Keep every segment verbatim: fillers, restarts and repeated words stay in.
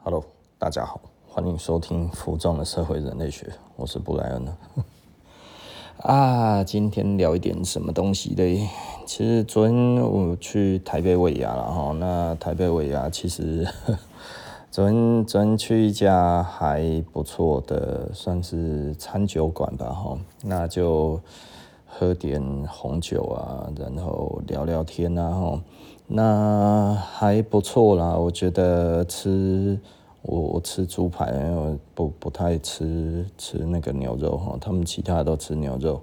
Hello，大家好，欢迎收听浮重的社会人类学，我是布莱恩啊，今天聊一点什么东西嘞？其实昨天我去台北尾牙了哈，那台北尾牙其实昨天昨天去一家还不错的，算是餐酒馆吧哈，那就喝点红酒啊，然后聊聊天啊哈，那还不错啦，我觉得吃。我我吃猪排，因为我不不太吃吃那个牛肉哈，他们其他都吃牛肉。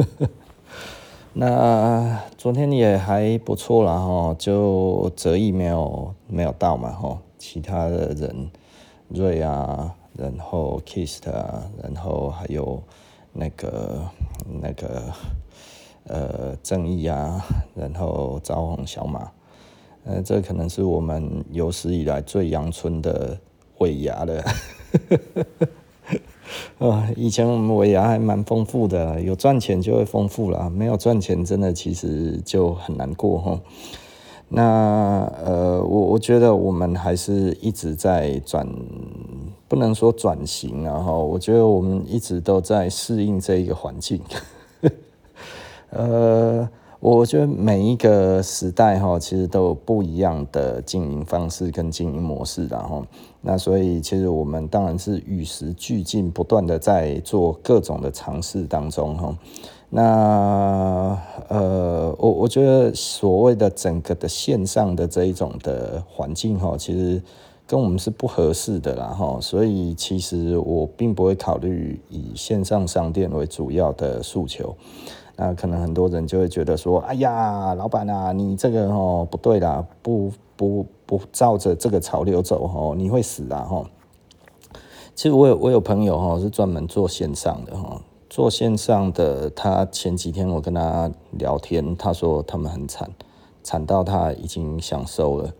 那昨天也还不错啦哈，就泽毅没有没有到嘛哈，其他的人瑞啊，然后 Kist 啊，然后还有那个那个呃正义啊，然后招红小马，呃，这可能是我们有史以来最阳春的尾牙了。啊，以前我们尾牙还蛮丰富的，有赚钱就会丰富啦，没有赚钱真的其实就很难过哈。那呃，我我觉得我们还是一直在转，不能说转型啊哈，我觉得我们一直都在适应这一个环境。呃。我觉得每一个时代哈，其实都有不一样的经营方式跟经营模式的哈。那所以其实我们当然是与时俱进，不断的在做各种的尝试当中哈。那呃，我我觉得所谓的整个的线上的这一种的环境哈，其实跟我们是不合适的啦哈。所以其实我并不会考虑以线上商店为主要的诉求。那可能很多人就会觉得说，哎呀，老板啊，你这个哦不对啦，不不不照着这个潮流走哦，你会死啦哈。其实我有我有朋友哈是专门做线上的哈，做线上的，他前几天我跟他聊天，他说他们很惨，惨到他已经想收了。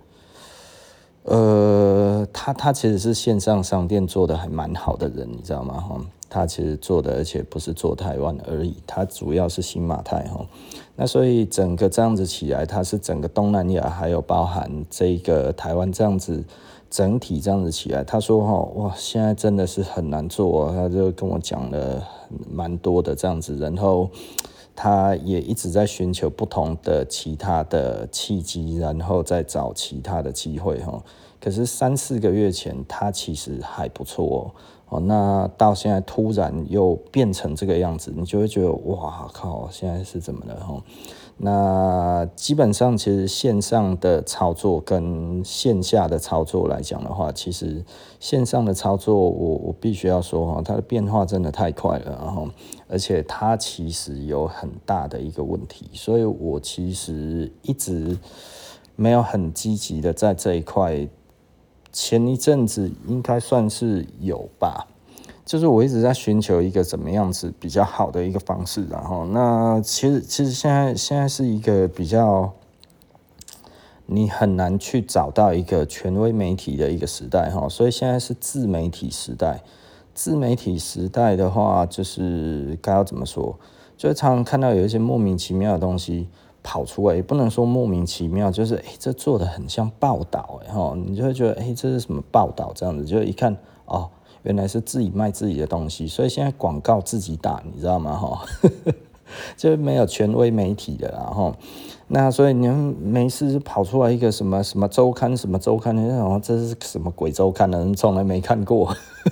呃，他他其实是线上商店做的还蛮好的人，你知道吗？哈，他其实做的，而且不是做台湾而已，他主要是新马泰哈。那所以整个这样子起来，他是整个东南亚还有包含这个台湾这样子整体这样子起来。他说哈，哇，现在真的是很难做，他就跟我讲了蛮多的这样子，然后。他也一直在寻求不同的其他的契机，然后再找其他的机会哈。可是三四个月前，他其实还不错哦。那到现在突然又变成这个样子，你就会觉得哇靠，现在是怎么了哈？那基本上其实线上的操作跟线下的操作来讲的话，其实线上的操作我我必须要说哈，它的变化真的太快了，然后而且它其实有很大的一个问题，所以我其实一直没有很积极的在这一块，前一阵子应该算是有吧。就是我一直在寻求一个怎么样子比较好的一个方式，然后那其实其实现在现在是一个比较你很难去找到一个权威媒体的一个时代哈，所以现在是自媒体时代。自媒体时代的话，就是该要怎么说？就是常常看到有一些莫名其妙的东西跑出来，也不能说莫名其妙，就是哎、欸，这做的很像报道哎哈，你就会觉得哎、欸，这是什么报道这样子，就一看哦。原来是自己卖自己的东西，所以现在广告自己打，你知道吗？哈，就没有权威媒体的啦哈。那所以你们没事就跑出来一个什么什么周刊，什么周刊，你想这是什么鬼周刊呢？人从来没看过。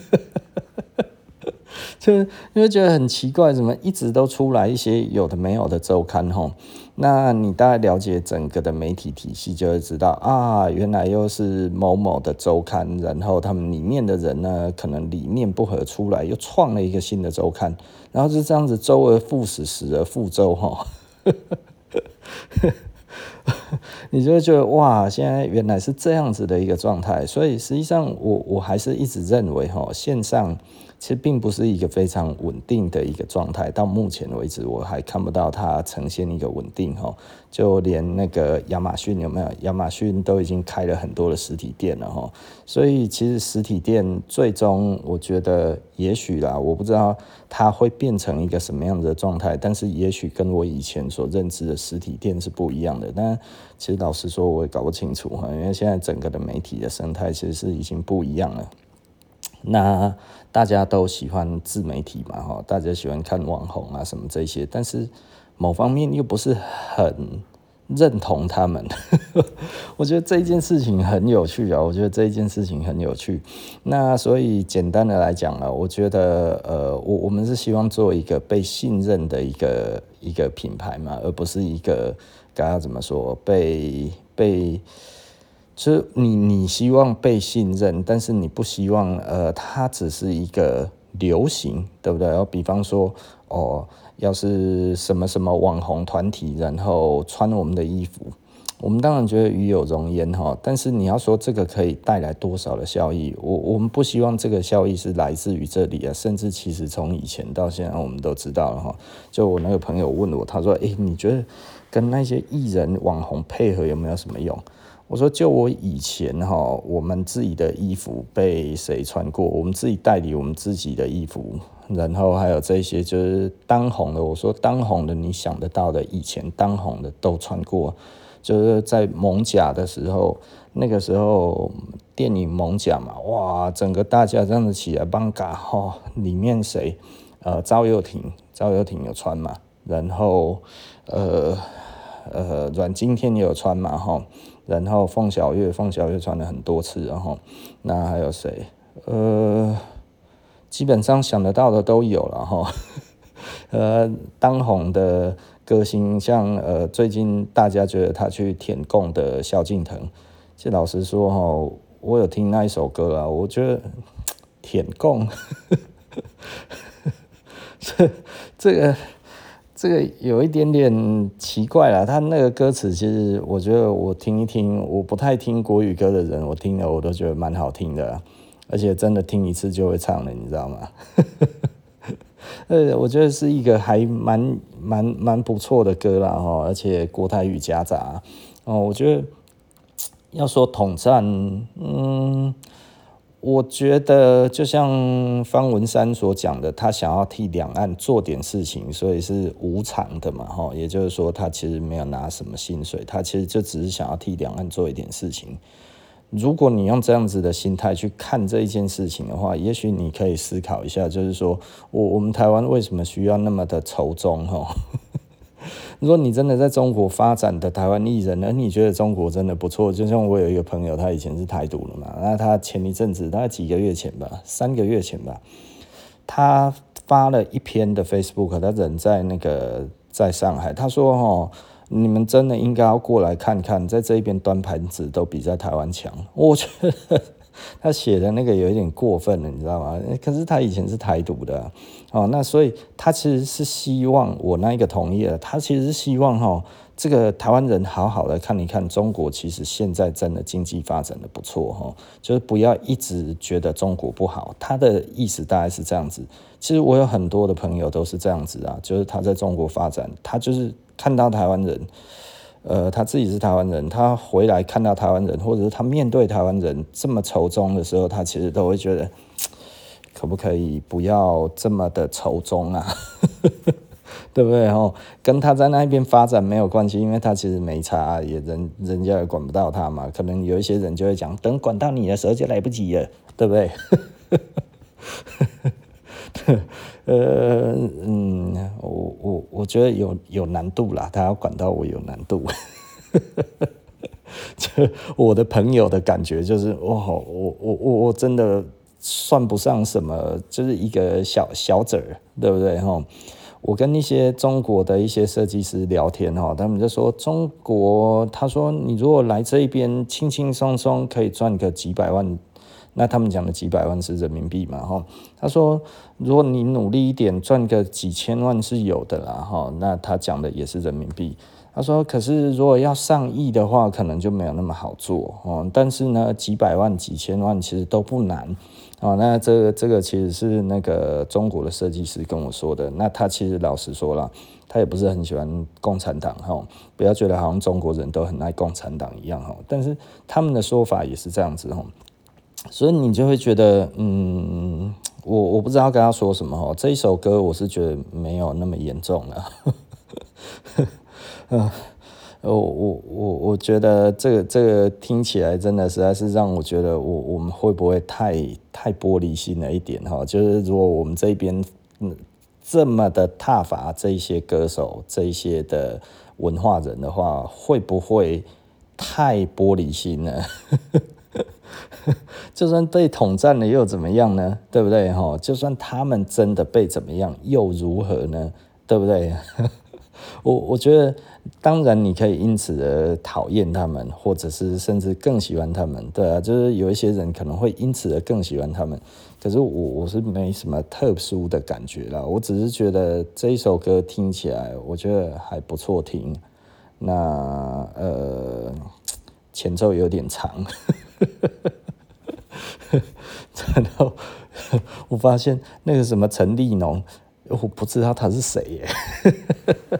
就你会觉得很奇怪，怎么一直都出来一些有的没有的周刊吼？那你大概了解整个的媒体体系，就会知道啊，原来又是某某的周刊，然后他们里面的人呢，可能理念不合，出来又创了一个新的周刊，然后就这样子周而复始，始而复周吼。你就会觉得哇，现在原来是这样子的一个状态，所以实际上我我还是一直认为哈，线上其实并不是一个非常稳定的一个状态，到目前为止我还看不到它呈现一个稳定哈，就连那个亚马逊有没有？亚马逊都已经开了很多的实体店了哈，所以其实实体店最终我觉得也许啦，我不知道它会变成一个什么样的状态，但是也许跟我以前所认知的实体店是不一样的，但在其实老实说我也搞不清楚哈，因为现在整个的媒体的生态其实是已经不一样了。那大家都喜欢自媒体嘛哈，大家喜欢看网红啊什么这些，但是某方面又不是很认同他们。我觉得这一件事情很有趣啊，我觉得这一件事情很有趣。那所以简单的来讲呢，我觉得呃，我我们是希望做一个被信任的一个一个品牌嘛，而不是一个该要怎么说被被。就是你你希望被信任，但是你不希望呃，它只是一个流行，对不对？然后比方说哦，要是什么什么网红团体，然后穿我们的衣服，我们当然觉得与有荣焉哈。但是你要说这个可以带来多少的效益，我我们不希望这个效益是来自于这里啊。甚至其实从以前到现在，我们都知道了哈。就我那个朋友问我，他说：“诶，你觉得跟那些艺人网红配合有没有什么用？”我说，就我以前哈，我们自己的衣服被谁穿过？我们自己代理我们自己的衣服，然后还有这些就是当红的。我说当红的，你想得到的，以前当红的都穿过。就是在艋舺的时候，那个时候电影艋舺嘛，哇，整个大家这样子起来帮嘎哈，里面谁？呃，赵又廷，赵又廷有穿嘛？然后呃呃，阮经天也有穿嘛？哈。然后凤小岳，凤小岳穿了很多次，然后那还有谁？呃，基本上想得到的都有了哈。呃，当红的歌星，像呃最近大家觉得他去舔共的萧敬腾，其实老实说哈，我有听那一首歌啦，我觉得舔共，这这个。这个有一点点奇怪啦，他那个歌词其实我觉得我听一听，我不太听国语歌的人，我听了我都觉得蛮好听的，而且真的听一次就会唱了，你知道吗？呃，我觉得是一个还蛮蛮蛮不错的歌啦哈，而且国台语夹杂哦，我觉得要说统战，嗯。我觉得就像方文山所讲的，他想要替两岸做点事情，所以是无偿的嘛，哈，也就是说他其实没有拿什么薪水，他其实就只是想要替两岸做一点事情。如果你用这样子的心态去看这一件事情的话，也许你可以思考一下，就是说我我们台湾为什么需要那么的仇中哈？如果你真的在中国发展的台湾艺人，而你觉得中国真的不错，就像我有一个朋友，他以前是台独的嘛，那他前一阵子，大概几个月前吧，三个月前吧，他发了一篇的 Facebook， 他人在那个在上海，他说哦，你们真的应该要过来看看，在这边端盘子都比在台湾强，我觉得。他写的那个有一点过分了，你知道吗？可是他以前是台独的、啊，哦，那所以他其实是希望我那一个同意了，他其实是希望哈、哦，这个台湾人好好的看一看中国，其实现在真的经济发展的不错哈、哦，就是不要一直觉得中国不好。他的意思大概是这样子。其实我有很多的朋友都是这样子啊，就是他在中国发展，他就是看到台湾人。呃，他自己是台湾人，他回来看到台湾人，或者是他面对台湾人这么仇中的时候，他其实都会觉得，可不可以不要这么的仇中啊？对不对？哦，跟他在那边发展没有关系，因为他其实没差，也人人家也管不到他嘛。可能有一些人就会讲，等管到你的时候就来不及了，对不对？呃，嗯，我我我觉得有有难度啦，他要管到我有难度。就我的朋友的感觉就是，哇，我我我我真的算不上什么，就是一个小小子儿，对不对？哈，我跟一些中国的一些设计师聊天哈，他们就说中国，他说你如果来这一边轻轻松松可以赚个几百万。那他们讲的几百万是人民币嘛，哈。他说，如果你努力一点，赚个几千万是有的啦，哈。那他讲的也是人民币。他说，可是如果要上亿的话，可能就没有那么好做哦。但是呢，几百万、几千万其实都不难哦。那这个这个其实是那个中国的设计师跟我说的。那他其实老实说了，他也不是很喜欢共产党哈。不要觉得好像中国人都很爱共产党一样哈。但是他们的说法也是这样子哈。所以你就会觉得，嗯，我我不知道跟他说什么哈。这一首歌我是觉得没有那么严重了。 我我我我觉得这个这个听起来真的实在是让我觉得我我们会不会太太玻璃心了一点哈？就是如果我们这边嗯这么的挞伐这一些歌手这一些的文化人的话，会不会太玻璃心了？就算被统战了又怎么样呢？对不对哈？就算他们真的被怎么样又如何呢？对不对？我我觉得，当然你可以因此而讨厌他们，或者是甚至更喜欢他们，对啊，就是有一些人可能会因此而更喜欢他们。可是我我是没什么特殊的感觉啦，我只是觉得这一首歌听起来，我觉得还不错听。那呃，前奏有点长。然后我发现那个什么陈立农，我不知道他是谁耶。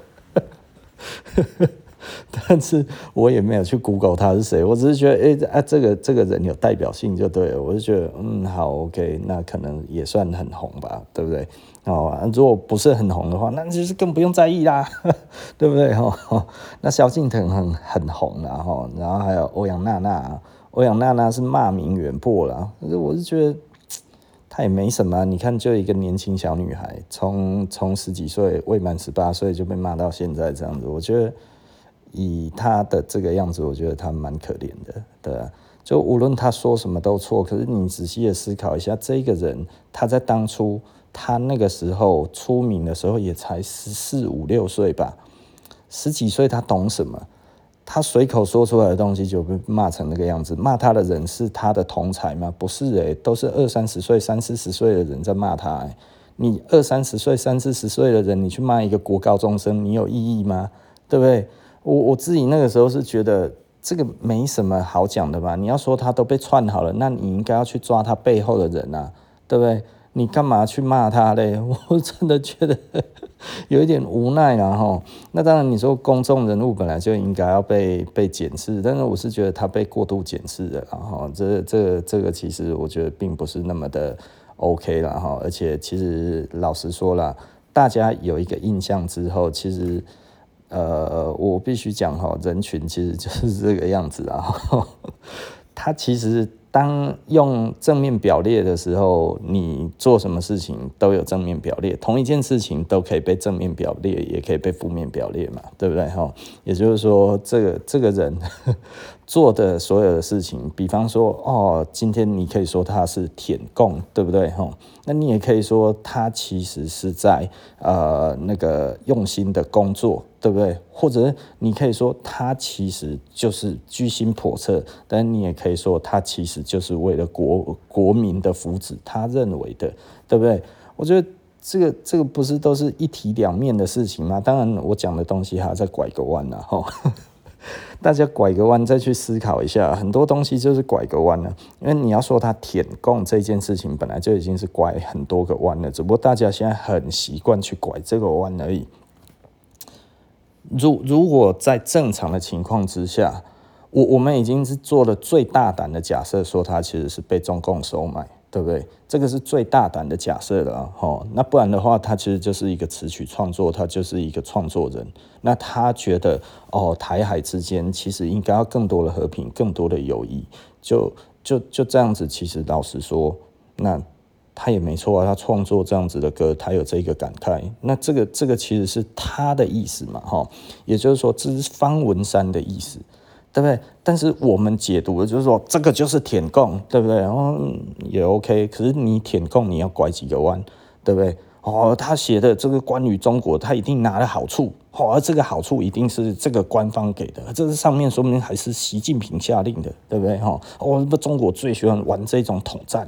但是我也没有去 Google 他是谁，我只是觉得，哎、欸、啊，这个这个人有代表性就对了，我就觉得，嗯，好 ，OK， 那可能也算很红吧，对不对？哦，如果不是很红的话，那就是更不用在意啦，对不对？哦，那萧敬腾很很红啦，哈，然后还有欧阳娜娜，欧阳娜娜是骂名远播啦，可是我是觉得。她也没什么、啊，你看，就一个年轻小女孩，从从十几岁未满十八岁就被骂到现在这样子，我觉得以她的这个样子，我觉得她蛮可怜的，对啊。就无论她说什么都错，可是你仔细的思考一下，这个人他在当初他那个时候出名的时候也才十四五六岁吧，十几岁他懂什么？他随口说出来的东西就被骂成那个样子，骂他的人是他的同才吗？不是诶、欸，都是二三十岁、三四十岁的人在骂他、欸。你二三十岁、三四十岁的人，你去骂一个国高中生，你有意义吗？对不对？我我自己那个时候是觉得这个没什么好讲的吧。你要说他都被串好了，那你应该要去抓他背后的人啊，对不对？你干嘛去骂他嘞？我真的觉得有一点无奈啦齁。那当然，你说公众人物本来就应该要被被检视，但是我是觉得他被过度检视了，然后这这这个其实我觉得并不是那么的 OK 啦齁。而且其实老实说啦，大家有一个印象之后，其实呃，我必须讲齁，人群其实就是这个样子啊。他其实。当用正面表列的时候，你做什么事情都有正面表列，同一件事情都可以被正面表列，也可以被负面表列嘛，对不对？也就是说，这个这个人做的所有的事情，比方说，哦，今天你可以说他是舔共，对不对？那你也可以说他其实是在呃那个用心的工作，对不对？或者你可以说他其实就是居心叵测，但你也可以说他其实就是为了国国民的福祉，他认为的，对不对？我觉得这个这个不是都是一体两面的事情吗？当然，我讲的东西还要再拐个弯啦，哈。大家拐个弯再去思考一下，很多东西就是拐个弯了。因为你要说他舔共这件事情，本来就已经是拐很多个弯了，只不过大家现在很习惯去拐这个弯而已。如如果在正常的情况之下，我我们已经是做了最大胆的假设，说他其实是被中共收买。对不对？这个是最大胆的假设了啊，哦，那不然的话，他其实就是一个词曲创作，他就是一个创作人。那他觉得，哦，台海之间其实应该要更多的和平，更多的友谊，就就就这样子。其实老实说，那他也没错啊，他创作这样子的歌，他有这个感慨。那这个这个其实是他的意思嘛，哈，也就是说，这是方文山的意思。对不对？但是我们解读的就是说，这个就是舔共，对不对？然后也 OK， 可是你舔共，你要拐几个弯，对不对？哦，他写的这个关于中国，他一定拿了好处，哦，这个好处一定是这个官方给的，这是上面说明还是习近平下令的，对不对？哈，哦，中国最喜欢玩这种统战，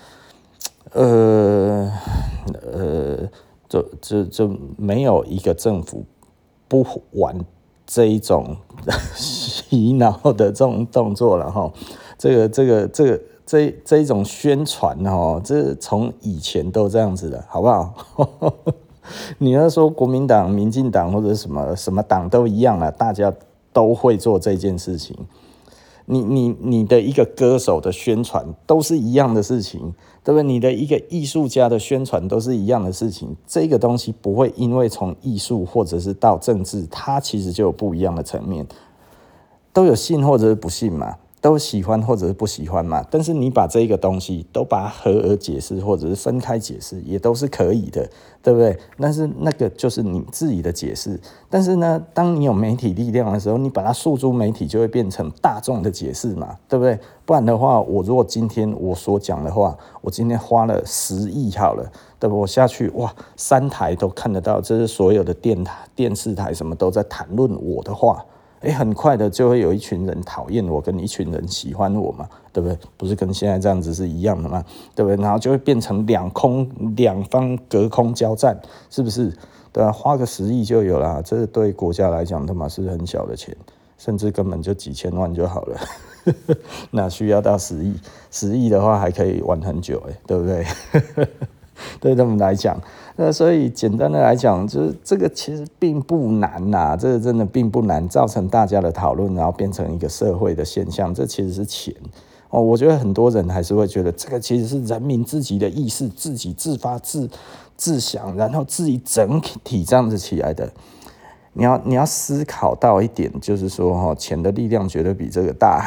呃呃，就就就没有一个政府不玩这一种洗脑的这种动作了哈，这个这个这个这这一种宣传哈，这从以前都这样子的，好不好？你要说国民党、民进党或者什么什么党都一样了，大家都会做这件事情。 你你你的一个歌手的宣传都是一样的事情，对不对？你的一个艺术家的宣传都是一样的事情，这个东西不会因为从艺术或者是到政治，它其实就有不一样的层面，都有信或者是不信嘛。都喜欢或者是不喜欢嘛，但是你把这个东西都把它合而解释或者是分开解释也都是可以的，对不对？但是那个就是你自己的解释，但是呢，当你有媒体力量的时候，你把它诉诸媒体就会变成大众的解释嘛，对不对？不然的话，我如果今天我所讲的话，我今天花了十亿好了，对不？我下去哇，三台都看得到，这是所有的电台、电视台什么都在谈论我的话。哎，很快的就会有一群人讨厌我，跟一群人喜欢我嘛，对不对？不是跟现在这样子是一样的嘛，对不对？然后就会变成两空两方隔空交战，是不是？对啊，花个十亿就有啦，这对国家来讲他妈是很小的钱，甚至根本就几千万就好了，哪需要到十亿？十亿的话还可以玩很久，哎，对不对？对他们来讲，那所以简单的来讲，就是这个其实并不难呐、啊，这个真的并不难，造成大家的讨论，然后变成一个社会的现象，这其实是钱哦。我觉得很多人还是会觉得这个其实是人民自己的意识，自己自发自自想，然后自己整体这样子起来的。你要你要思考到一点，就是说哈，钱的力量绝对比这个大。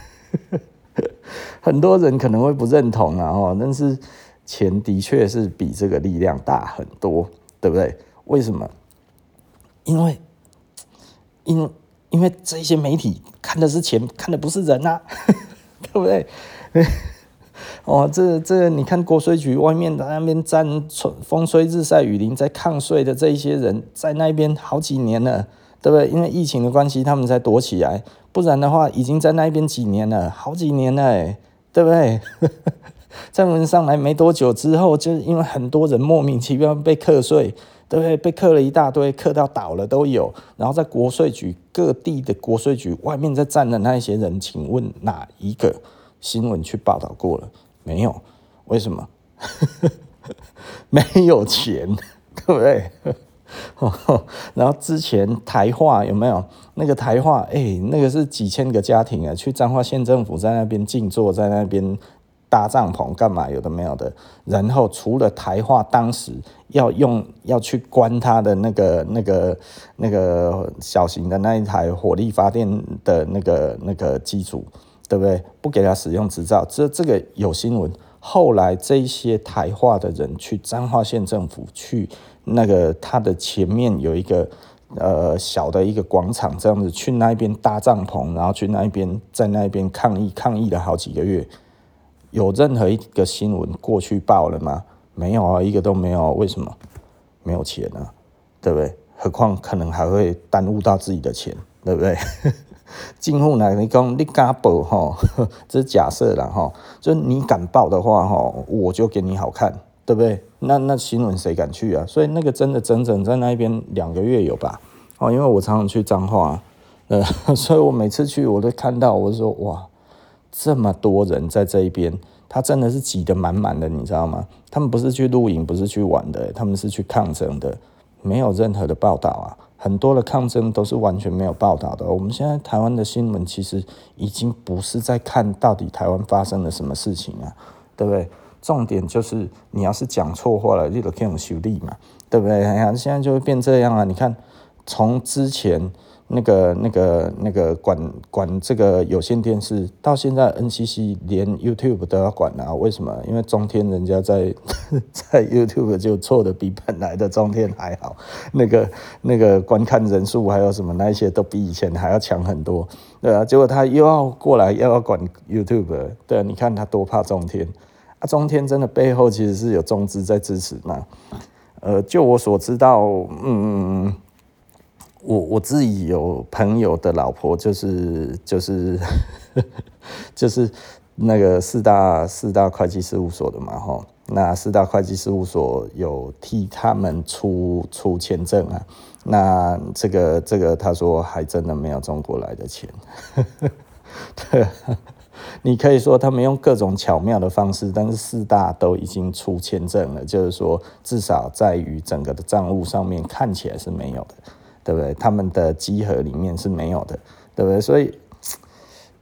很多人可能会不认同啊，哦，但是。钱的确是比这个力量大很多，对不对？为什么？因为，因因为这些媒体看的是钱，看的不是人啊，对不对？哦，这这你看国税局外面在那边站，风吹日晒雨淋在抗税的这一些人，在那边好几年了，对不对？因为疫情的关系，他们才躲起来，不然的话，已经在那边几年了，好几年了，哎，对不对？在文上来没多久之后，就是因为很多人莫名其妙被课税，对不对？被课了一大堆，课到倒了都有。然后在国税局各地的国税局外面在站的那一些人，请问哪一个新闻去报道过了？没有，为什么？没有钱，对不对？然后之前台化有没有那个台化？哎、欸，那个是几千个家庭啊，去彰化县政府在那边静坐，在那边。搭帐篷干嘛？有的没有的。然后除了台化当时要用要去关它的那个那个那个小型的那一台火力发电的那个那个机组，对不对？不给他使用执照，这这个有新闻。后来这些台化的人去彰化县政府去那个他的前面有一个呃小的一个广场，这样子去那边搭帐篷，然后去那边在那边抗议抗议了好几个月。有任何一个新闻过去报了吗？没有啊，一个都没有。为什么？没有钱啊，对不对？何况可能还会耽误到自己的钱，对不对？政府呢，你讲你敢报哈，这是假设啦哈，就是你敢报的话哈，我就给你好看，对不对？那那新闻谁敢去啊？所以那个真的整整在那边两个月有吧？哦，因为我常常去彰化，呃，所以我每次去我都看到，我就说哇。这么多人在这一边，他真的是挤得满满的，你知道吗？他们不是去露营，不是去玩的，他们是去抗争的，没有任何的报道啊。很多的抗争都是完全没有报道的。我们现在台湾的新闻其实已经不是在看到底台湾发生了什么事情啊，对不对？重点就是你要是讲错话了，你就可以用修理嘛，对不对？哎呀，现在就会变这样啊！你看，从之前。那个、那个、那个管管这个有线电视，到现在 N C C 连 YouTube 都要管啊？为什么？因为中天人家在在 YouTube 就做的比本来的中天还好，那个那个观看人数还有什么那一些都比以前还要强很多，对啊。结果他又要过来又要管 YouTube， 对啊，你看他多怕中天啊！中天真的背后其实是有中资在支持嘛？呃，就我所知道，嗯嗯嗯。我我自己有朋友的老婆，就是就是就是那个四大四大会计事务所的嘛，吼，那四大会计事务所有替他们出出签证啊，那这个这个他说还真的没有中国来的钱，对，你可以说他们用各种巧妙的方式，但是四大都已经出签证了，就是说至少在于整个的账务上面看起来是没有的。对不对？他们的稽核里面是没有的，对不对？所以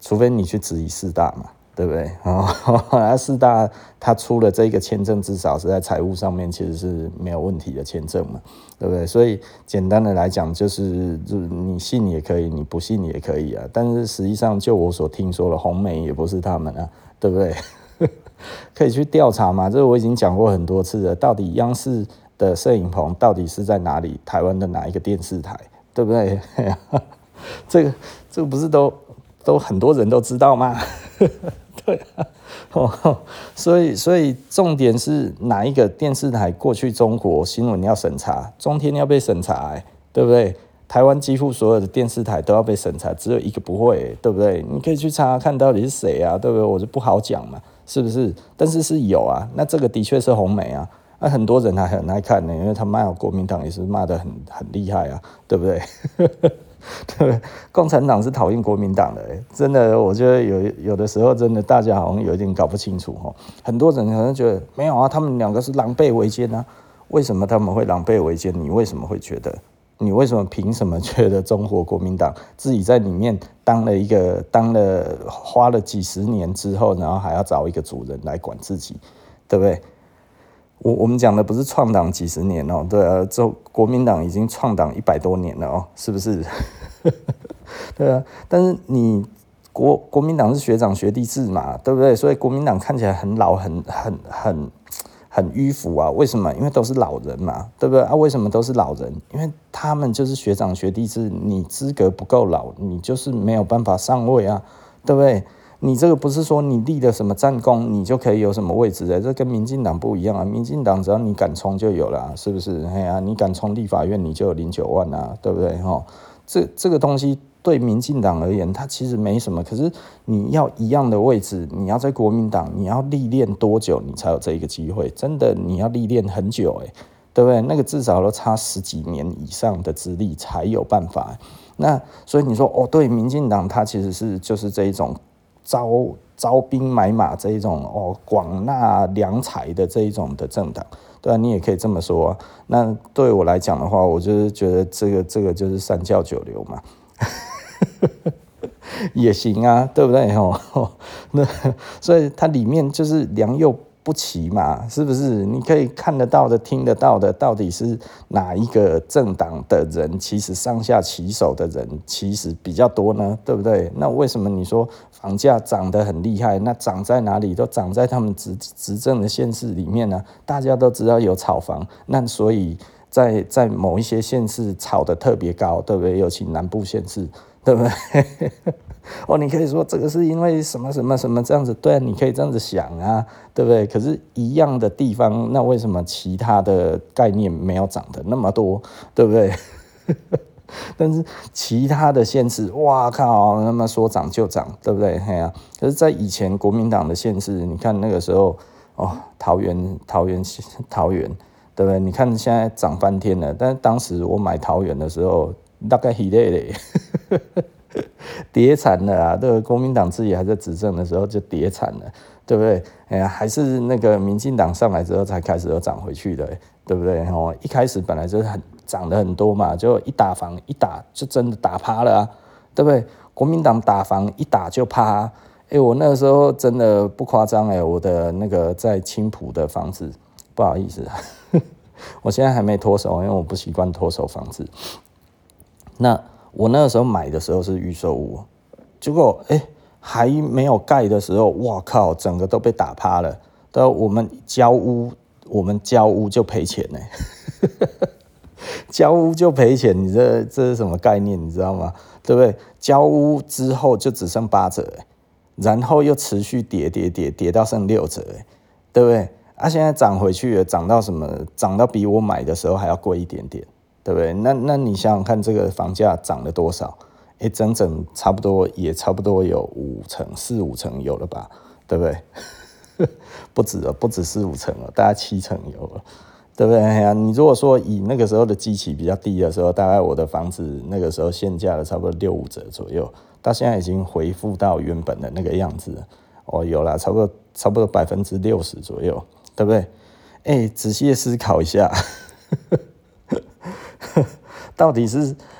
除非你去质疑四大嘛，对不对？啊，四大他出了这个签证，至少是在财务上面其实是没有问题的签证嘛，对不对？所以简单的来讲，就是就是你信也可以，你不信也可以啊。但是实际上，就我所听说的，红媒也不是他们啊，对不对？可以去调查嘛，这我已经讲过很多次了。到底央视的摄影棚到底是在哪里？台湾的哪一个电视台？对不对？这个这个不是都都很多人都知道吗？对啊，哦，所以所以重点是哪一个电视台过去中国新闻要审查，中天要被审查、欸，对不对？台湾几乎所有的电视台都要被审查，只有一个不会、欸，对不对？你可以去查查看到底是谁啊，对不对？我就不好讲嘛，是不是？但是是有啊，那这个的确是红媒啊，那、啊、很多人还很爱看呢、欸，因为他骂国民党也是骂得很很厉害啊，对不对？对，共产党是讨厌国民党的、欸，真的，我觉得有有的时候真的大家好像有一点搞不清楚哦。很多人可能觉得没有啊，他们两个是狼狈为奸啊，为什么他们会狼狈为奸？你为什么会觉得？你为什么凭什么觉得中国国民党自己在里面当了一个当了花了几十年之后，然后还要找一个主人来管自己，对不对？我我们讲的不是创党几十年哦，对啊，这国民党已经创党一百多年了哦，是不是？对啊，但是你国国民党是学长学弟制嘛，对不对？所以国民党看起来很老，很很很很迂腐啊。为什么？因为都是老人嘛，对不对啊？为什么都是老人？因为他们就是学长学弟制，你资格不够老，你就是没有办法上位啊，对不对？你这个不是说你立了什么战功，你就可以有什么位置的，这跟民进党不一样啊！民进党只要你敢冲就有了、啊，是不是？哎呀、啊，你敢冲立法院，你就有零九万啊，对不对？哈，这这个东西对民进党而言，它其实没什么。可是你要一样的位置，你要在国民党，你要历练多久，你才有这一个机会？真的，你要历练很久、欸，哎，对不对？那个至少都差十几年以上的资历才有办法、欸。那所以你说，哦，对，民进党它其实是就是这一种。招招兵买马这一种哦，广纳良才的这一种的政党，对啊，你也可以这么说、啊。那对我来讲的话，我就是觉得这个这个就是三教九流嘛，也行啊，对不对？哦，那所以它里面就是良莠不齐嘛，是不是？你可以看得到的、听得到的，到底是哪一个政党的人？其实上下其手的人其实比较多呢，对不对？那为什么你说房价涨得很厉害？那涨在哪里？都涨在他们执执政的县市里面呢、啊。大家都知道有炒房，那所以在在某一些县市炒得特别高，对不对？尤其南部县市，对不对？哦，你可以说这个是因为什么什么什么这样子，对啊，你可以这样子想啊，对不对？可是，一样的地方，那为什么其他的概念没有涨得那么多，对不对？但是其他的县市，哇靠，那么说涨就涨，对不对？嘿啊，可是，在以前国民党的县市，你看那个时候，哦，桃园、桃园、桃园，对不对？你看现在涨翻天了，但是当时我买桃园的时候，大概一累嘞。跌惨了啊！这个国民党自己还在执政的时候就跌惨了，对不对？哎呀，还是那个民进党上来之后才开始又涨回去的，对不对？哦，一开始本来就是很涨得很多嘛，就一打房一打就真的打趴了啊，对不对？国民党打房一打就趴、啊，哎，我那个时候真的不夸张哎，我的那个在青埔的房子，不好意思，我现在还没脱手，因为我不习惯脱手房子。那我那个时候买的时候是预售屋，结果哎、欸、还没有盖的时候，哇靠，整个都被打趴了。到我们交屋，我们交屋就赔钱呢、欸，交屋就赔钱，你这这是什么概念？你知道吗？对不对？交屋之后就只剩八折、欸，然后又持续跌跌跌跌到剩六折、欸，对不对？啊，现在涨回去了，涨到什么？涨到比我买的时候还要贵一点点。对不对？那那你想想看，这个房价涨了多少？哎，整整差不多也差不多有五成、四五成有了吧？对不对？不止了，不止四五成了，大概七成有了，对不对？呀，你如果说以那个时候的基期比较低的时候，大概我的房子那个时候现价的差不多六五折左右，到现在已经恢复到原本的那个样子了。哦，有啦，差不多差不多百分之六十左右，对不对？哎，仔细的思考一下。到底是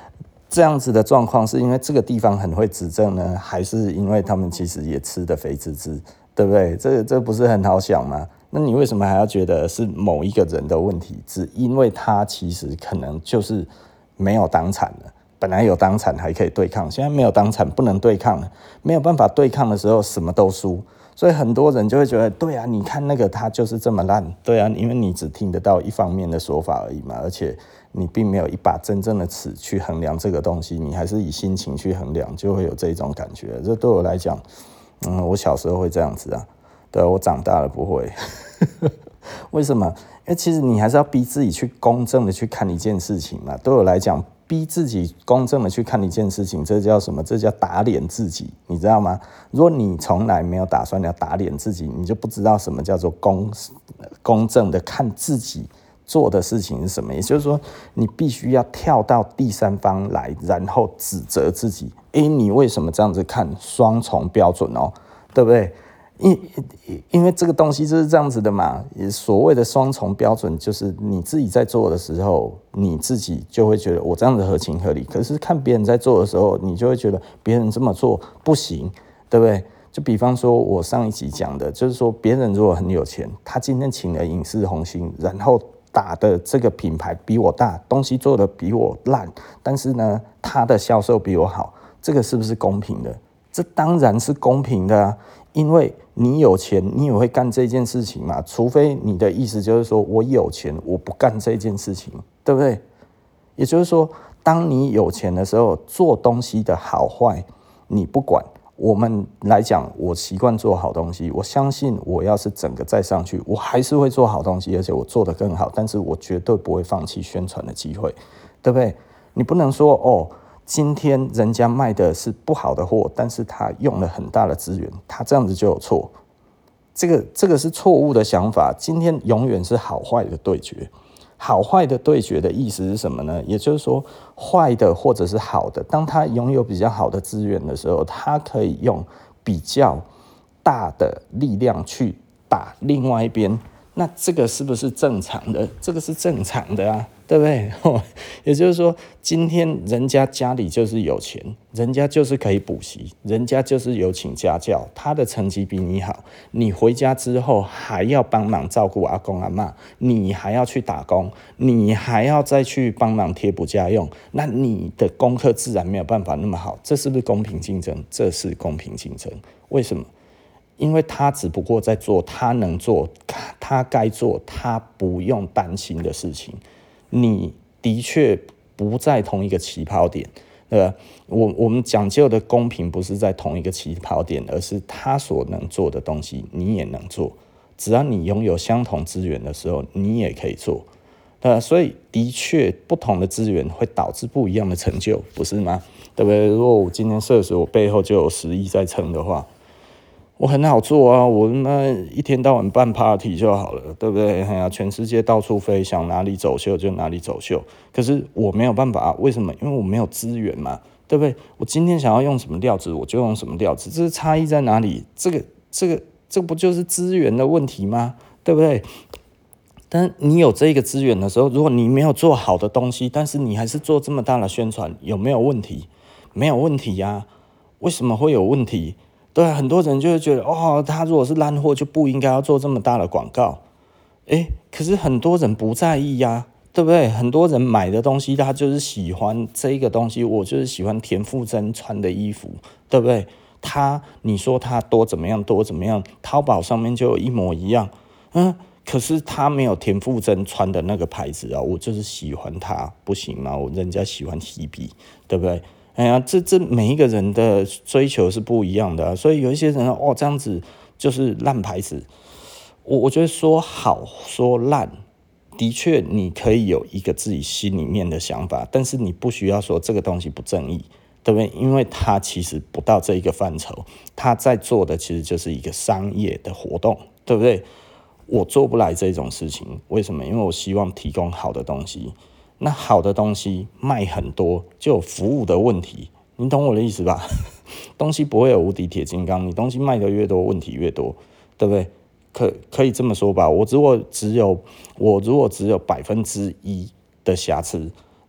这样子的状况是因为这个地方很会执政呢，还是因为他们其实也吃得肥滋滋，对不对？这这不是很好想吗？那你为什么还要觉得是某一个人的问题？只因为他其实可能就是没有当产了，本来有当产还可以对抗，现在没有当产不能对抗了，没有办法对抗的时候什么都输，所以很多人就会觉得，对啊，你看那个他就是这么烂，对啊，因为你只听得到一方面的说法而已嘛，而且你并没有一把真正的尺去衡量这个东西，你还是以心情去衡量，就会有这种感觉。这对我来讲，嗯，我小时候会这样子啊，对，我长大了不会。为什么？因为其实你还是要逼自己去公正的去看一件事情嘛。对我来讲，逼自己公正的去看一件事情，这叫什么？这叫打脸自己，你知道吗？如果你从来没有打算要打脸自己，你就不知道什么叫做公公正的看自己做的事情是什么。也就是说，你必须要跳到第三方来，然后指责自己。诶，你为什么这样子看？双重标准哦，对不对？因因为这个东西就是这样子的嘛，所谓的双重标准，就是你自己在做的时候，你自己就会觉得我这样子合情合理，可是看别人在做的时候，你就会觉得别人这么做不行，对不对？就比方说我上一集讲的，就是说别人如果很有钱，他今天请了影视红星，然后打的这个品牌比我大，东西做的比我烂，但是呢，他的销售比我好，这个是不是公平的？这当然是公平的啊，因为你有钱，你也会干这件事情嘛，除非你的意思就是说我有钱，我不干这件事情，对不对？也就是说，当你有钱的时候，做东西的好坏你不管。我们来讲，我习惯做好东西，我相信我要是整个再上去，我还是会做好东西，而且我做得更好，但是我绝对不会放弃宣传的机会，对不对？你不能说哦，今天人家卖的是不好的货，但是他用了很大的资源，他这样子就有错，这个这个是错误的想法。今天永远是好坏的对决，好坏的对决的意思是什么呢？也就是说，坏的或者是好的，当他拥有比较好的资源的时候，他可以用比较大的力量去打另外一边，那这个是不是正常的？这个是正常的啊，对不对？也就是说，今天人家家里就是有钱，人家就是可以补习，人家就是有请家教，他的成绩比你好，你回家之后还要帮忙照顾阿公阿嬷，你还要去打工，你还要再去帮忙贴补家用，那你的功课自然没有办法那么好，这是不是公平竞争？这是公平竞争。为什么？因为他只不过在做他能做，他该做，他不用担心的事情。你的确不在同一个起跑点，对吧？我我们讲究的公平不是在同一个起跑点，而是他所能做的东西你也能做，只要你拥有相同资源的时候，你也可以做。呃，所以的确不同的资源会导致不一样的成就，不是吗？对不对？如果我今天设置我背后就有十亿在撑的话，我很好做啊，我他妈一天到晚办 party 就好了，对不对？哎呀，全世界到处飞，想哪里走秀就哪里走秀。可是我没有办法啊，为什么？因为我没有资源嘛，对不对？我今天想要用什么料子，我就用什么料子，这是差异在哪里？这个、这个、这个不就是资源的问题吗？对不对？但你有这个资源的时候，如果你没有做好的东西，但是你还是做这么大的宣传，有没有问题？没有问题呀、啊。为什么会有问题？对，很多人就会觉得，哦，他如果是烂货，就不应该要做这么大的广告。诶，可是很多人不在意呀、啊，对不对？很多人买的东西，他就是喜欢这一个东西，我就是喜欢田馥甄穿的衣服，对不对？他，你说他多怎么样，多怎么样，淘宝上面就有一模一样，嗯，可是他没有田馥甄穿的那个牌子啊，我就是喜欢他，不行吗？我人家喜欢 Hebe， 对不对？哎呀，这这每一个人的追求是不一样的、啊，所以有一些人哦，这样子就是烂牌子。我我觉得说好说烂，的确你可以有一个自己心里面的想法，但是你不需要说这个东西不正义，对不对？因为他其实不到这一个范畴，他在做的其实就是一个商业的活动，对不对？我做不来这种事情，为什么？因为我希望提供好的东西。那好的东西卖很多，就有服务的问题，你懂我的意思吧？东西不会有无敌铁金刚，你东西卖的越多，问题越多，对不对？可可以这么说吧？我如果只有我如果只有百分之一的瑕疵，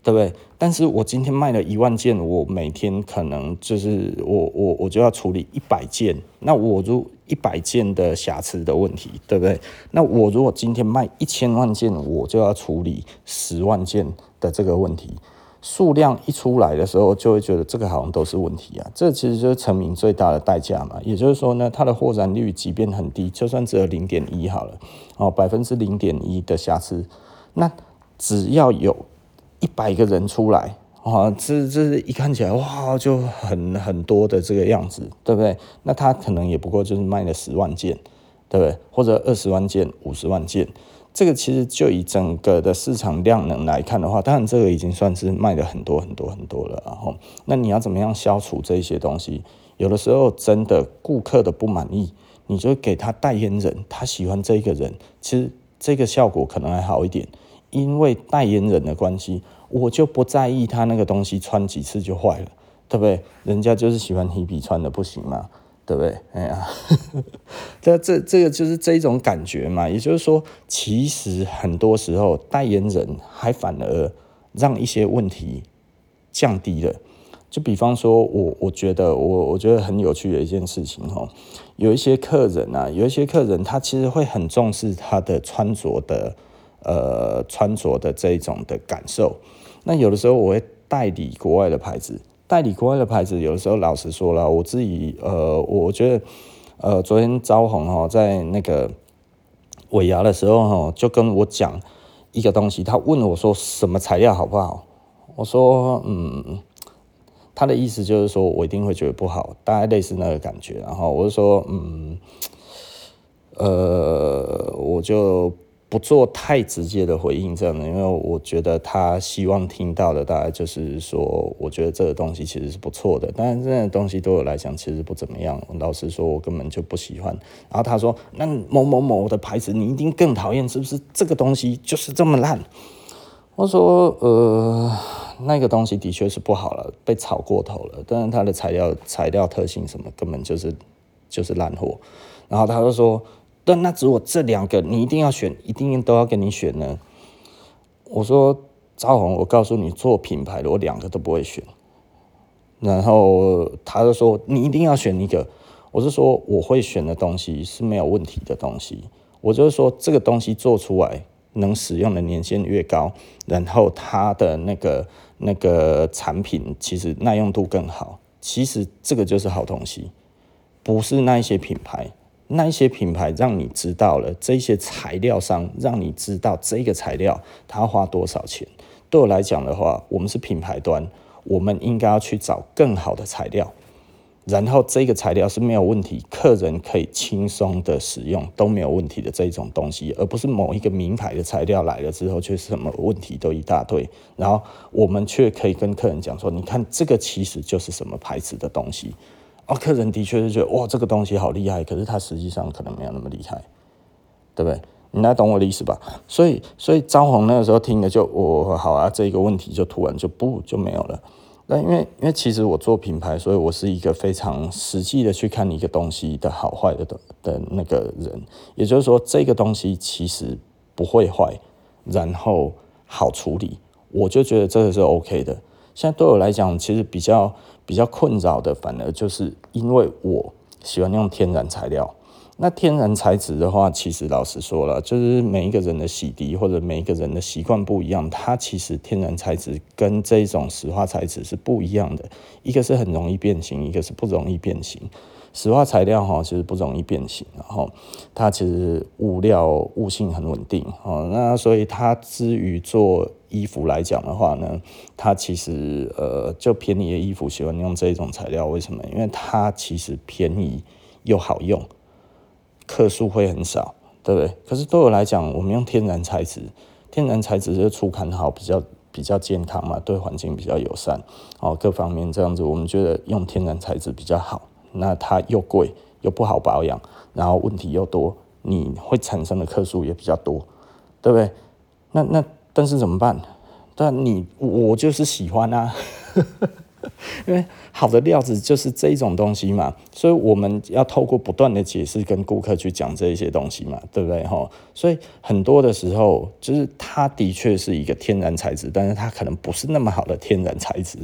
对不对？但是我今天卖了一万件，我每天可能就是我我我就要处理一百件，那我如一百件的瑕疵的问题，对不对？那我如果今天卖一千万件，我就要处理十万件的这个问题。数量一出来的时候，就会觉得这个好像都是问题啊。这其实就是成名最大的代价嘛。也就是说呢，它的获展率即便很低，就算只有零点一好了，哦，百分之零点一的瑕疵，那只要有一百个人出来，啊，这这一看起来哇，就很很多的这个样子，对不对？那他可能也不过就是卖了十万件，对不对？或者二十万件、五十万件。这个其实就以整个的市场量能来看的话，当然这个已经算是卖了很多很多很多了。然后，那你要怎么样消除这些东西？有的时候真的顾客的不满意，你就给他代言人，他喜欢这个人，其实这个效果可能还好一点，因为代言人的关系，我就不在意他那个东西穿几次就坏了，对不对？人家就是喜欢Hebe穿的不行嘛。对不对？哎呀，这这这个就是这一种感觉嘛。也就是说，其实很多时候代言人还反而让一些问题降低了。就比方说我我觉得我我觉得很有趣的一件事情哦，有一些客人啊，有一些客人他其实会很重视他的穿着的呃穿着的这一种的感受。那有的时候我会代理国外的牌子。代理国外的牌子，有的时候老实说了，我自己呃，我觉得呃，昨天招红哈，在那个尾牙的时候哈，就跟我讲一个东西，他问我说什么材料好不好？我说嗯，他的意思就是说我一定会觉得不好，大概类似那个感觉。然后我就说嗯，呃，我就不做太直接的回应这样的，因为我觉得他希望听到的大概就是说，我觉得这个东西其实是不错的，但是这个东西对我来讲其实不怎么样。老实说，我根本就不喜欢。然后他说：“那某某某的牌子你一定更讨厌，是不是？这个东西就是这么烂。”我说：“呃，那个东西的确是不好了，被炒过头了。但是它的材料材料特性什么根本就是就是烂货。”然后他就说。但那只有这两个，你一定要选，一定都要给你选呢。我说招红，我告诉你，做品牌的我两个都不会选。然后他就说你一定要选一个，我是说我会选的东西是没有问题的东西。我就是说这个东西做出来能使用的年限越高，然后它的那个那个产品其实耐用度更好，其实这个就是好东西，不是那一些品牌。那一些品牌让你知道了，这些材料商让你知道这个材料它要花多少钱。对我来讲的话，我们是品牌端，我们应该要去找更好的材料，然后这个材料是没有问题，客人可以轻松的使用都没有问题的这种东西，而不是某一个名牌的材料来了之后却什么问题都一大堆，然后我们却可以跟客人讲说，你看这个其实就是什么牌子的东西。哦，客人的确是觉得哇，这个东西好厉害，可是它实际上可能没有那么厉害，对不对？你来懂我的意思吧？所以，所以张宏那个时候听了就，我、哦、好啊，这个问题就突然就不就没有了。那因为因为其实我做品牌，所以我是一个非常实际的去看一个东西的好坏的的那个人，也就是说，这个东西其实不会坏，然后好处理，我就觉得这个是 OK 的。现在对我来讲，其实比较。比较困扰的，反而就是因为我喜欢用天然材料。那天然材质的话，其实老实说了，就是每一个人的洗涤或者每一个人的习惯不一样，它其实天然材质跟这种石化材质是不一样的。一个是很容易变形，一个是不容易变形。石化材料哈，其实不容易变形，然后它其实物料物性很稳定哦。那所以它至于做衣服来讲的话呢，它其实呃就便宜的衣服喜欢用这种材料，为什么？因为它其实便宜又好用，克数会很少，对不对？可是对我来讲，我们用天然材质，天然材质就触感好，比较比较健康嘛，对环境比较友善哦，各方面这样子，我们觉得用天然材质比较好。那它又贵又不好保养，然后问题又多，你会产生的克数也比较多，对不对？那那但是怎么办？但你我就是喜欢啊， 因为好的料子就是这一种东西嘛，所以我们要透过不断的解释跟顾客去讲这一些东西嘛，对不对齁？所以很多的时候，就是它的确是一个天然材质，但是它可能不是那么好的天然材质。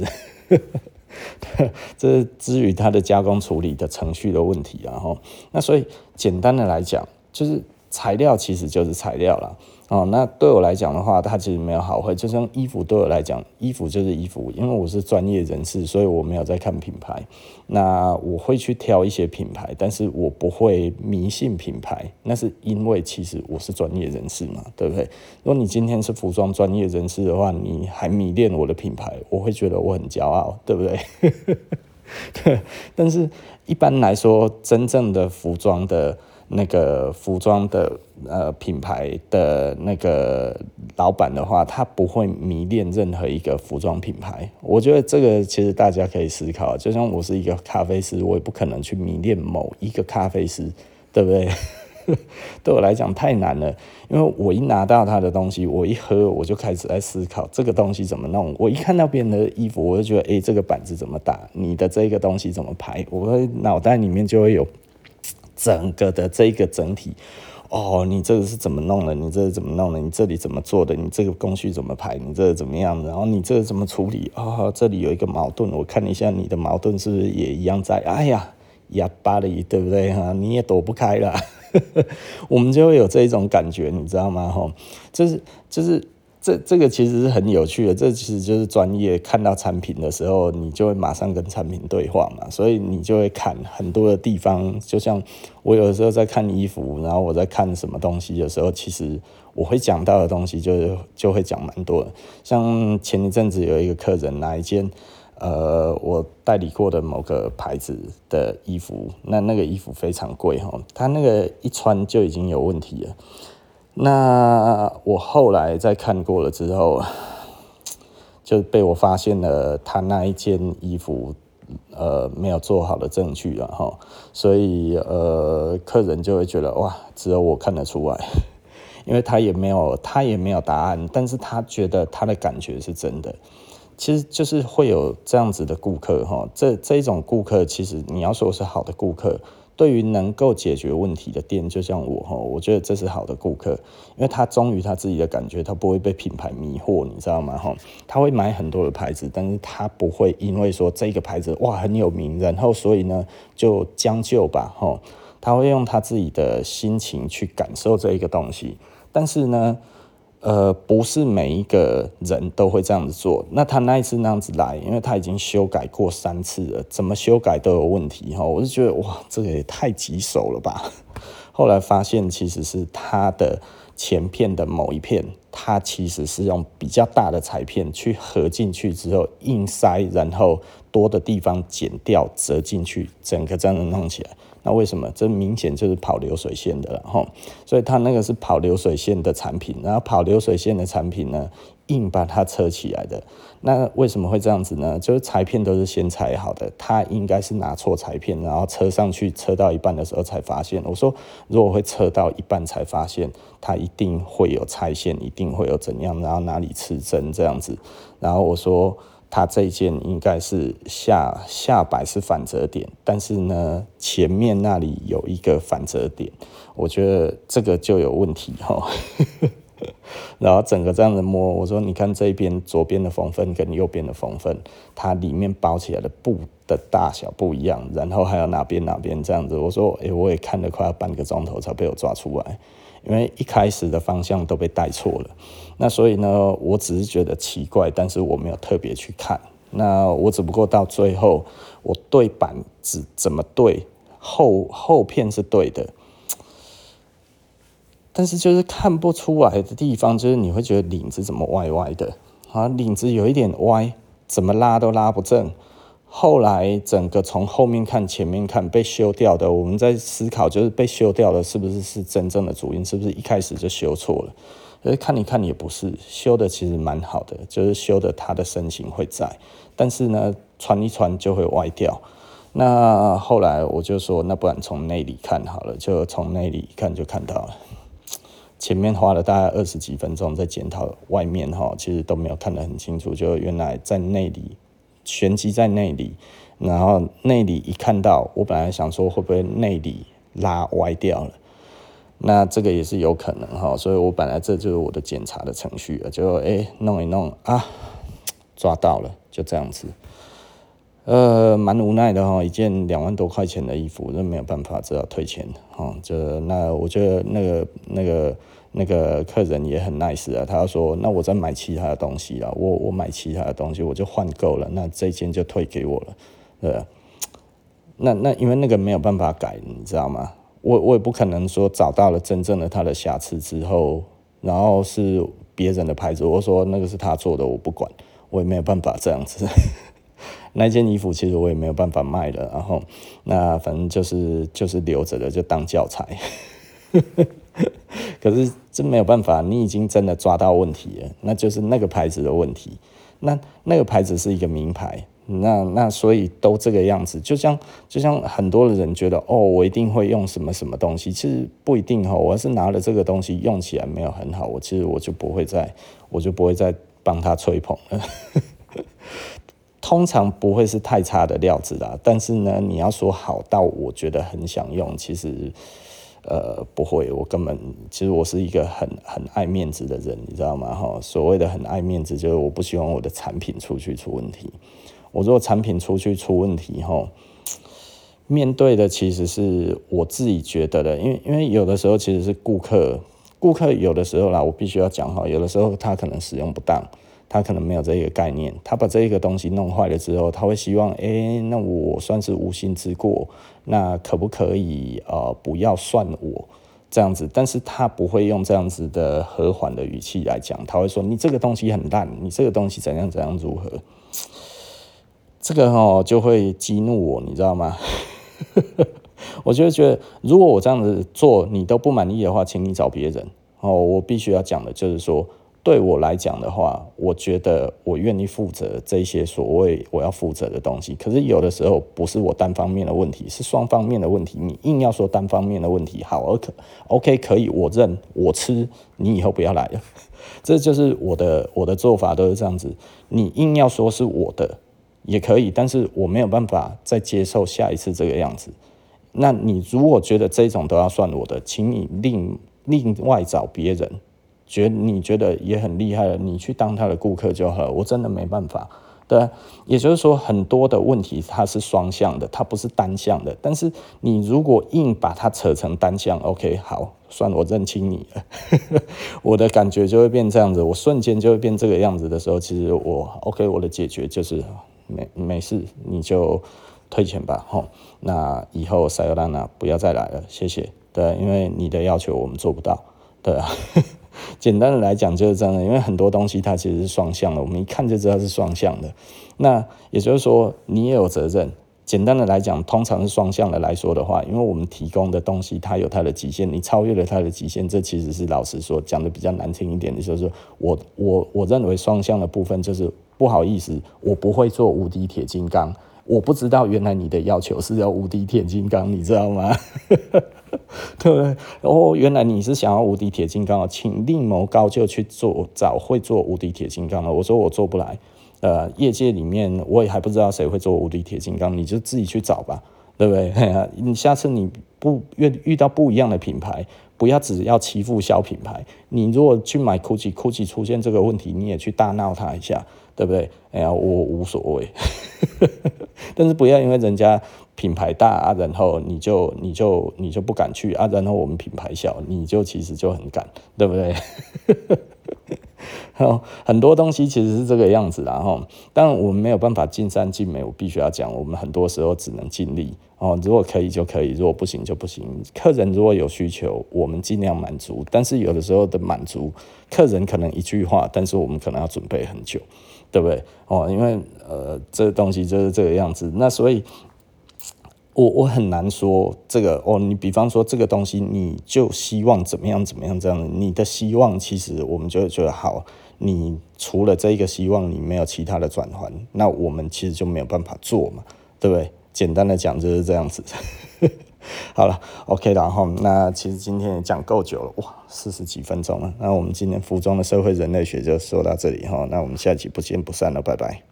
这是至于它的加工处理的程序的问题啊齁。那所以简单的来讲，就是材料其实就是材料啦。哦，那对我来讲的话，它其实没有好坏。就像衣服对我来讲，衣服就是衣服，因为我是专业人士，所以我没有在看品牌。那我会去挑一些品牌，但是我不会迷信品牌。那是因为其实我是专业人士嘛，对不对？如果你今天是服装专业人士的话，你还迷恋我的品牌，我会觉得我很骄傲，对不对？对，但是一般来说，真正的服装的。那个服装的呃品牌的那个老板的话，他不会迷恋任何一个服装品牌。我觉得这个其实大家可以思考，就像我是一个咖啡师，我也不可能去迷恋某一个咖啡师，对不对？对我来讲太难了，因为我一拿到他的东西，我一喝我就开始在思考这个东西怎么弄。我一看到别人的衣服，我就觉得，哎，这个板子怎么打？你的这个东西怎么排？我会脑袋里面就会有。整个的这个整体，哦，你这个是怎么弄的？你这个怎么弄的？你这里怎么做的？你这个工序怎么排？你这个怎么样？然后你这个怎么处理？哦，这里有一个矛盾，我看一下你的矛盾是不是也一样在？哎呀，哑巴里，对不对哈？你也躲不开啦。我们就会有这一种感觉，你知道吗？哈，就是就是。这这个其实是很有趣的，这其实就是专业。看到产品的时候，你就会马上跟产品对话嘛，所以你就会看很多的地方。就像我有的时候在看衣服，然后我在看什么东西的时候，其实我会讲到的东西就就会讲蛮多的。像前一阵子有一个客人拿一件呃我代理过的某个牌子的衣服，那那个衣服非常贵哈，他那个一穿就已经有问题了。那我后来在看过了之后，就被我发现了他那一件衣服，呃，没有做好的证据了哈，所以呃，客人就会觉得哇，只有我看得出来，因为他也没有他也没有答案，但是他觉得他的感觉是真的。其实就是会有这样子的顾客哈，这这一种顾客，其实你要说是好的顾客。对于能够解决问题的店，就像我，我觉得这是好的顾客，因为他忠于他自己的感觉，他不会被品牌迷惑，你知道吗？他会买很多的牌子，但是他不会因为说这个牌子哇很有名，然后所以呢就将就吧，他会用他自己的心情去感受这一个东西，但是呢。呃，不是每一个人都会这样子做。那他那一次那样子来，因为他已经修改过三次了，怎么修改都有问题哈。我就觉得哇，这个也太棘手了吧。后来发现其实是他的前片的某一片，它其实是用比较大的裁片去合进去之后硬塞，然后多的地方剪掉折进去，整个这样子弄起来。那为什么？这明显就是跑流水线的了齁，所以它那个是跑流水线的产品，然后跑流水线的产品呢，硬把它车起来的。那为什么会这样子呢？就是裁片都是先裁好的，他应该是拿错裁片，然后车上去车到一半的时候才发现。我说如果会车到一半才发现，他一定会有拆线，一定会有怎样，然后哪里刺针这样子。然后我说。它这一件应该是下下摆是反折点，但是呢前面那里有一个反折点，我觉得这个就有问题齁。然后整个这样子摸，我说你看这边左边的缝缝跟右边的缝缝，它里面包起来的布的大小不一样，然后还有哪边哪边这样子，我说诶，我也看了快要半个钟头才被我抓出来。因为一开始的方向都被带错了，那所以呢，我只是觉得奇怪，但是我没有特别去看。那我只不过到最后，我对板子怎么对，后后片是对的，但是就是看不出来的地方，就是你会觉得领子怎么歪歪的啊，领子有一点歪，怎么拉都拉不正。后来整个从后面看前面看被修掉的，我们在思考就是被修掉的是不是是真正的主因，是不是一开始就修错了？可是看一看也不是，修的其实蛮好的，就是修的它的身形会在，但是呢穿一穿就会歪掉。那后来我就说，那不然从内里看好了，就从内里看就看到了。前面花了大概二十几分钟在检讨外面哈，其实都没有看得很清楚，就原来在内里。 玄机在内里，然后内里一看到，我本来想说会不会内里拉歪掉了，那这个也是有可能哈，所以我本来这就是我的检查的程序了，就哎、欸、弄一弄啊，抓到了，就这样子。呃，蛮无奈的哈，一件两万多块钱的衣服，那没有办法，只好退钱哈。就那我觉得那个那个那个客人也很 nice 啊，他说那我再买其他的东西啦，我我买其他的东西我就换够了，那这件就退给我了，呃，那那因为那个没有办法改，你知道吗？我我也不可能说找到了真正的他的瑕疵之后，然后是别人的牌子，我说那个是他做的，我不管，我也没有办法这样子。那件衣服其实我也没有办法卖了，然后那反正就是就是留着的，就当教材。可是这没有办法，你已经真的抓到问题了，那就是那个牌子的问题。那那个牌子是一个名牌，那那所以都这个样子，就像就像很多的人觉得哦，我一定会用什么什么东西，其实不一定哈。我要是拿了这个东西用起来没有很好，我其实我就不会再我就不会再帮他吹捧了。通常不会是太差的料子啦，但是呢，你要说好到我觉得很想用，其实呃不会，我根本其实我是一个很很爱面子的人，你知道吗？哈，所谓的很爱面子，就是我不希望我的产品出去出问题。我如果产品出去出问题，哈，面对的其实是我自己觉得的，因为因为有的时候其实是顾客，顾客有的时候啦，我必须要讲哈，有的时候他可能使用不当。他可能没有这个概念，他把这个东西弄坏了之后，他会希望，哎、欸，那我算是无心之过，那可不可以呃不要算我这样子？但是他不会用这样子的和缓的语气来讲，他会说你这个东西很烂，你这个东西怎样怎样如何？这个哦就会激怒我，你知道吗？我就会觉得，如果我这样子做你都不满意的话，请你找别人哦。我必须要讲的就是说。对我来讲的话，我觉得我愿意负责这些所谓我要负责的东西。可是有的时候不是我单方面的问题，是双方面的问题。你硬要说单方面的问题，好，OK，可以，我认，我吃，你以后不要来了。这就是我的我的做法都是这样子。你硬要说是我的也可以，但是我没有办法再接受下一次这个样子。那你如果觉得这种都要算我的，请你另另外找别人。觉你觉得也很厉害了，你去当他的顾客就好了。我真的没办法，对，也就是说很多的问题它是双向的，它不是单向的。但是你如果硬把它扯成单向 ，OK， 好，算我认清你了。我的感觉就会变这样子，我瞬间就会变这个样子的时候，其实我 OK， 我的解决就是没没事，你就退钱吧，吼。那以后塞尤拉娜不要再来了，谢谢。对，因为你的要求我们做不到，对啊。简单的来讲就是这样的，因为很多东西它其实是双向的，我们一看就知道是双向的。那也就是说，你也有责任。简单的来讲，通常是双向的来说的话，因为我们提供的东西它有它的极限，你超越了它的极限，这其实是老实说讲的比较难听一点的，就是我我我认为双向的部分就是不好意思，我不会做无敌铁金刚。我不知道原来你的要求是要无敌铁金刚，你知道吗？对不对？哦，原来你是想要无敌铁金刚，请另谋高就去做找会做无敌铁金刚的。我说我做不来，呃，业界里面我也还不知道谁会做无敌铁金刚，你就自己去找吧，对不对？你下次你不遇遇到不一样的品牌，不要只要欺负小品牌。你如果去买 Gucci，Gucci 出现这个问题，你也去大闹它一下，对不对？哎呀，我无所谓。但是不要因为人家品牌大啊，然后你就你就你就不敢去啊，然后我们品牌小，你就其实就很敢，对不对？很多东西其实是这个样子啦，哈。当然我们没有办法尽善尽美，我必须要讲，我们很多时候只能尽力哦。如果可以就可以，如果不行就不行。客人如果有需求，我们尽量满足。但是有的时候的满足，客人可能一句话，但是我们可能要准备很久，对不对？哦，因为呃，这个东西就是这个样子。那所以。我我很难说这个哦，你比方说这个东西，你就希望怎么样怎么样这样的，你的希望其实我们就觉得好，你除了这一个希望，你没有其他的转换，那我们其实就没有办法做嘛，对不对？简单的讲就是这样子。好了 ，OK 了哈。那其实今天也讲够久了，哇，四十几分钟了。那我们今天服装的社会人类学就说到这里哈。那我们下期不见不散了，拜拜。